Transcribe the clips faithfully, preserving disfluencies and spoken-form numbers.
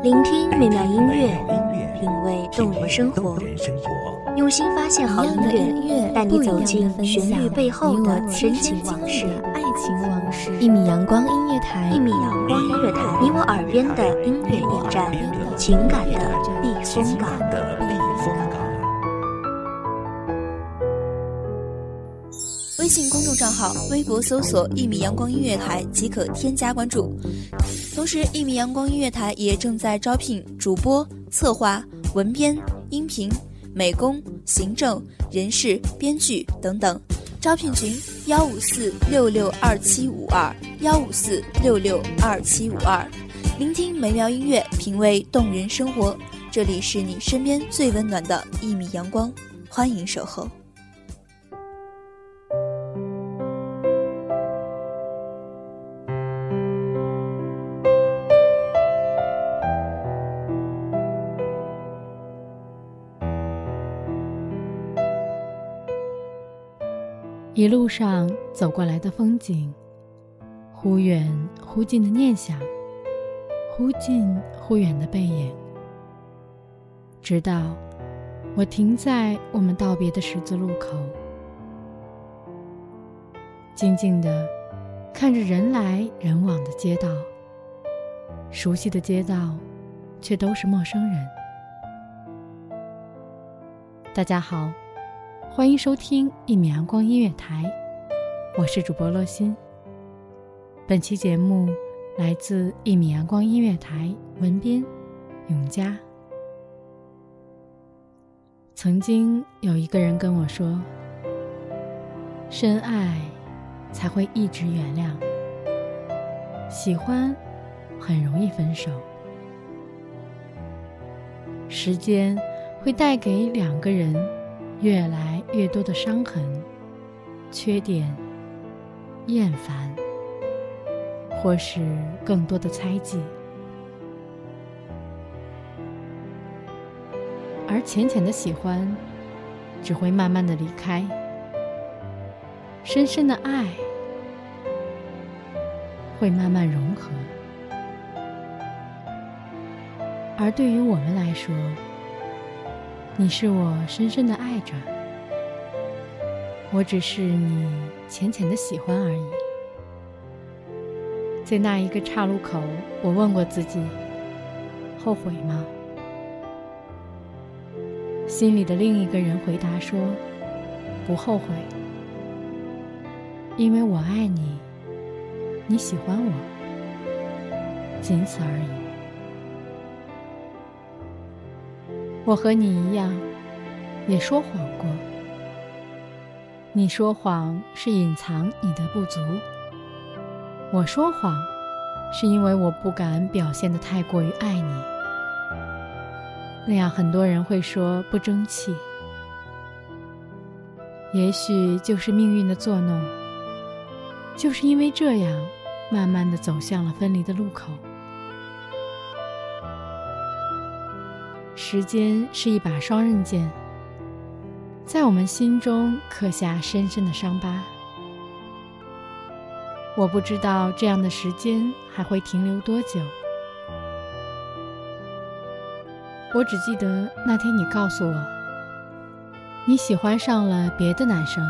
聆听美妙音乐，品味动人生活，用心发现好音乐，带你走进旋律背后的深情往事。 爱情往事，一米阳光音乐台， 一米阳光音乐台，你我耳边的音乐驿站，情感的避风港。 微信公众账号、微博搜索“一米阳光音乐台”即可添加关注。同时，一米阳光音乐台也正在招聘主播、策划、文编、音频、美工、行政、人事、编剧等等。招聘群：幺五四六六二七五二幺五四六六二七五二。聆听美妙音乐，品味动人生活。这里是你身边最温暖的一米阳光，欢迎守候。 一路上走过来的风景，忽远忽近的念想，忽近忽远的背影，直到我停在我们道别的十字路口，静静地看着人来人往的街道，熟悉的街道却都是陌生人。大家好，欢迎收听一米阳光音乐台，我是主播乐心。本期节目来自一米阳光音乐台，文编永嘉。曾经有一个人跟我说，深爱才会一直原谅，喜欢很容易分手。时间会带给两个人越来越多的伤痕、缺点、厌烦，或是更多的猜忌。而浅浅的喜欢只会慢慢的离开，深深的爱会慢慢融合。而对于我们来说，你是我深深的爱着，我只是你浅浅的喜欢而已。在那一个岔路口，我问过自己，后悔吗？心里的另一个人回答说，不后悔，因为我爱你，你喜欢我，仅此而已。我和你一样，也说谎过。你说谎是隐藏你的不足，我说谎是因为我不敢表现得太过于爱你，那样很多人会说不争气。也许就是命运的作弄，就是因为这样，慢慢地走向了分离的路口。时间是一把双刃剑，在我们心中刻下深深的伤疤。我不知道这样的时间还会停留多久，我只记得那天你告诉我，你喜欢上了别的男生。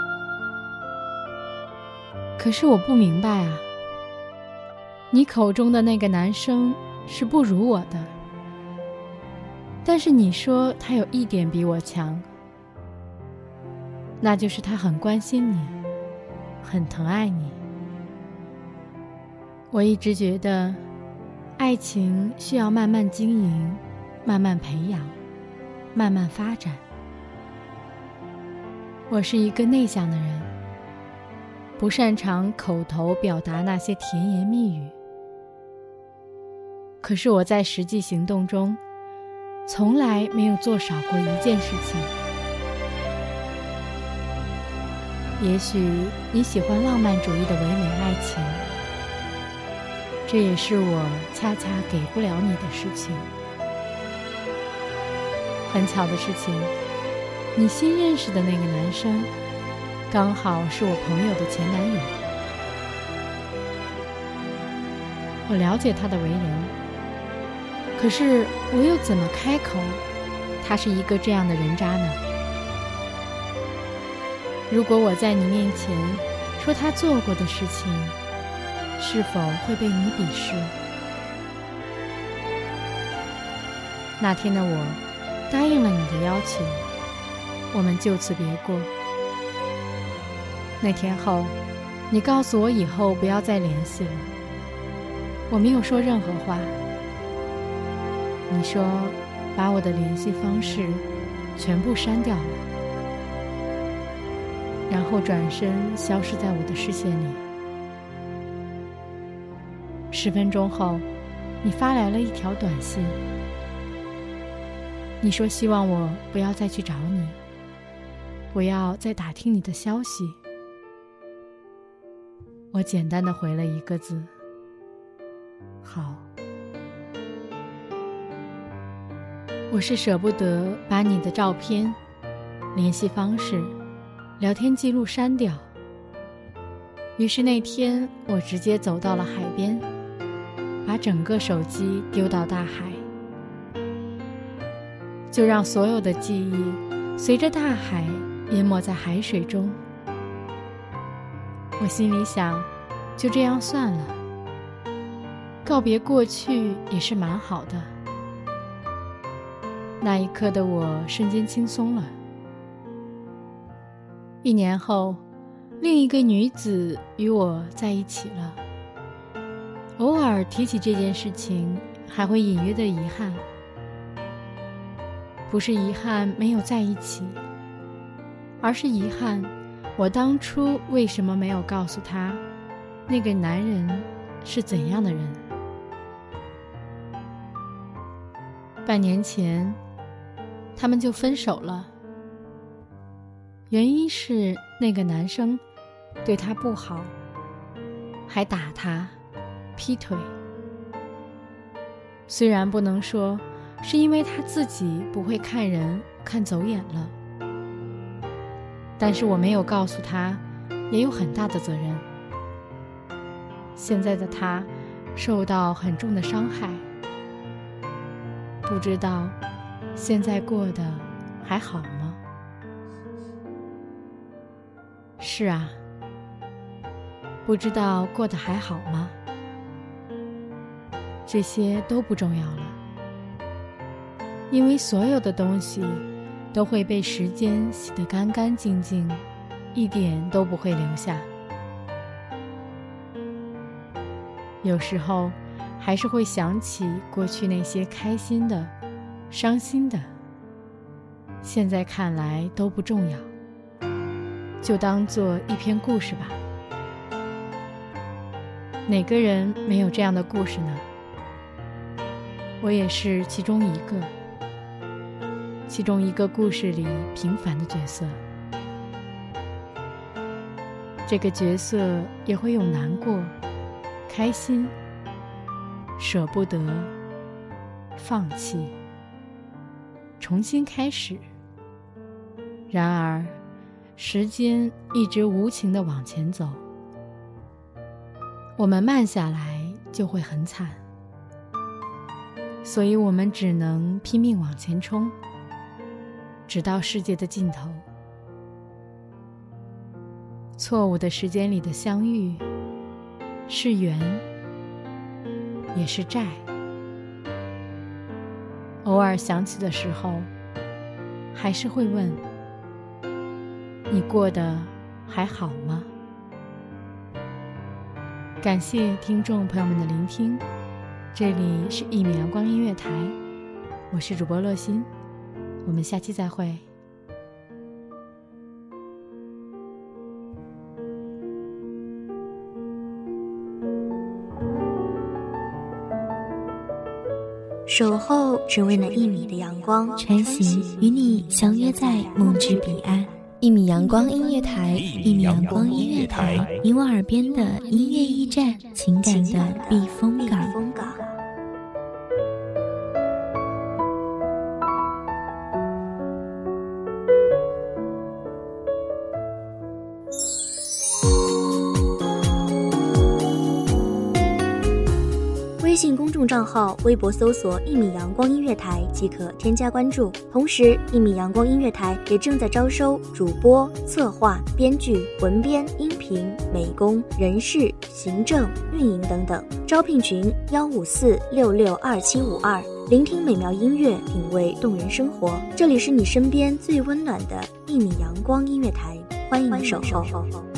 可是我不明白啊，你口中的那个男生是不如我的，但是你说他有一点比我强，那就是他很关心你，很疼爱你。我一直觉得，爱情需要慢慢经营，慢慢培养，慢慢发展。我是一个内向的人，不擅长口头表达那些甜言蜜语，可是我在实际行动中从来没有做少过一件事情。也许你喜欢浪漫主义的唯美爱情，这也是我恰恰给不了你的事情。很巧的事情，你新认识的那个男生刚好是我朋友的前男友。我了解他的为人， 可是我又怎么开口他是一个这样的人渣呢？如果我在你面前说他做过的事情，是否会被你鄙视？那天的我答应了你的要求，我们就此别过。那天后，你告诉我以后不要再联系了，我没有说任何话。你说把我的联系方式全部删掉了，然后转身消失在我的视线里。十分钟后，你发来了一条短信，你说希望我不要再去找你，不要再打听你的消息。我简单的回了一个字：好。我是舍不得把你的照片、联系方式、聊天记录删掉，于是那天我直接走到了海边，把整个手机丢到大海，就让所有的记忆随着大海淹没在海水中。我心里想，就这样算了，告别过去也是蛮好的。那一刻的我瞬间轻松了。一年后，另一个女子与我在一起了。偶尔提起这件事情，还会隐约的遗憾。不是遗憾没有在一起，而是遗憾我当初为什么没有告诉她，那个男人是怎样的人。半年前，他们就分手了。原因是那个男生对她不好，还打她，劈腿。虽然不能说是因为他自己不会看人看走眼了，但是我没有告诉他也有很大的责任。现在的他受到很重的伤害，不知道现在过得还好吗？是啊，不知道过得还好吗？这些都不重要了，因为所有的东西都会被时间洗得干干净净，一点都不会留下。有时候还是会想起过去那些开心的、伤心的，现在看来都不重要，就当做一篇故事吧。哪个人没有这样的故事呢？我也是其中一个，其中一个故事里平凡的角色。这个角色也会有难过、开心、舍不得、放弃、重新开始。然而，时间一直无情地往前走，我们慢下来就会很惨。所以我们只能拼命往前冲，直到世界的尽头。错误的时间里的相遇，是缘，也是债。偶尔想起的时候，还是会问：你过得还好吗？感谢听众朋友们的聆听，这里是一米阳光音乐台，我是主播乐心，我们下期再会。 守候只为那一米的阳光， 穿行与你相约在梦之彼岸。一米阳光音乐台，一米阳光音乐台，你我耳边的音乐驿站，情感的避风港。 微信公众众账号，微博搜索一米阳光音乐台即可添加关注。同时，一米阳光音乐台也正在招收主播、策划、编剧、文编、音频、美工、人事、行政、运营等等。招聘群幺五四六六二七五二。聆听美妙音乐，品味动人生活。这里是你身边最温暖的一米阳光音乐台，欢迎你守候。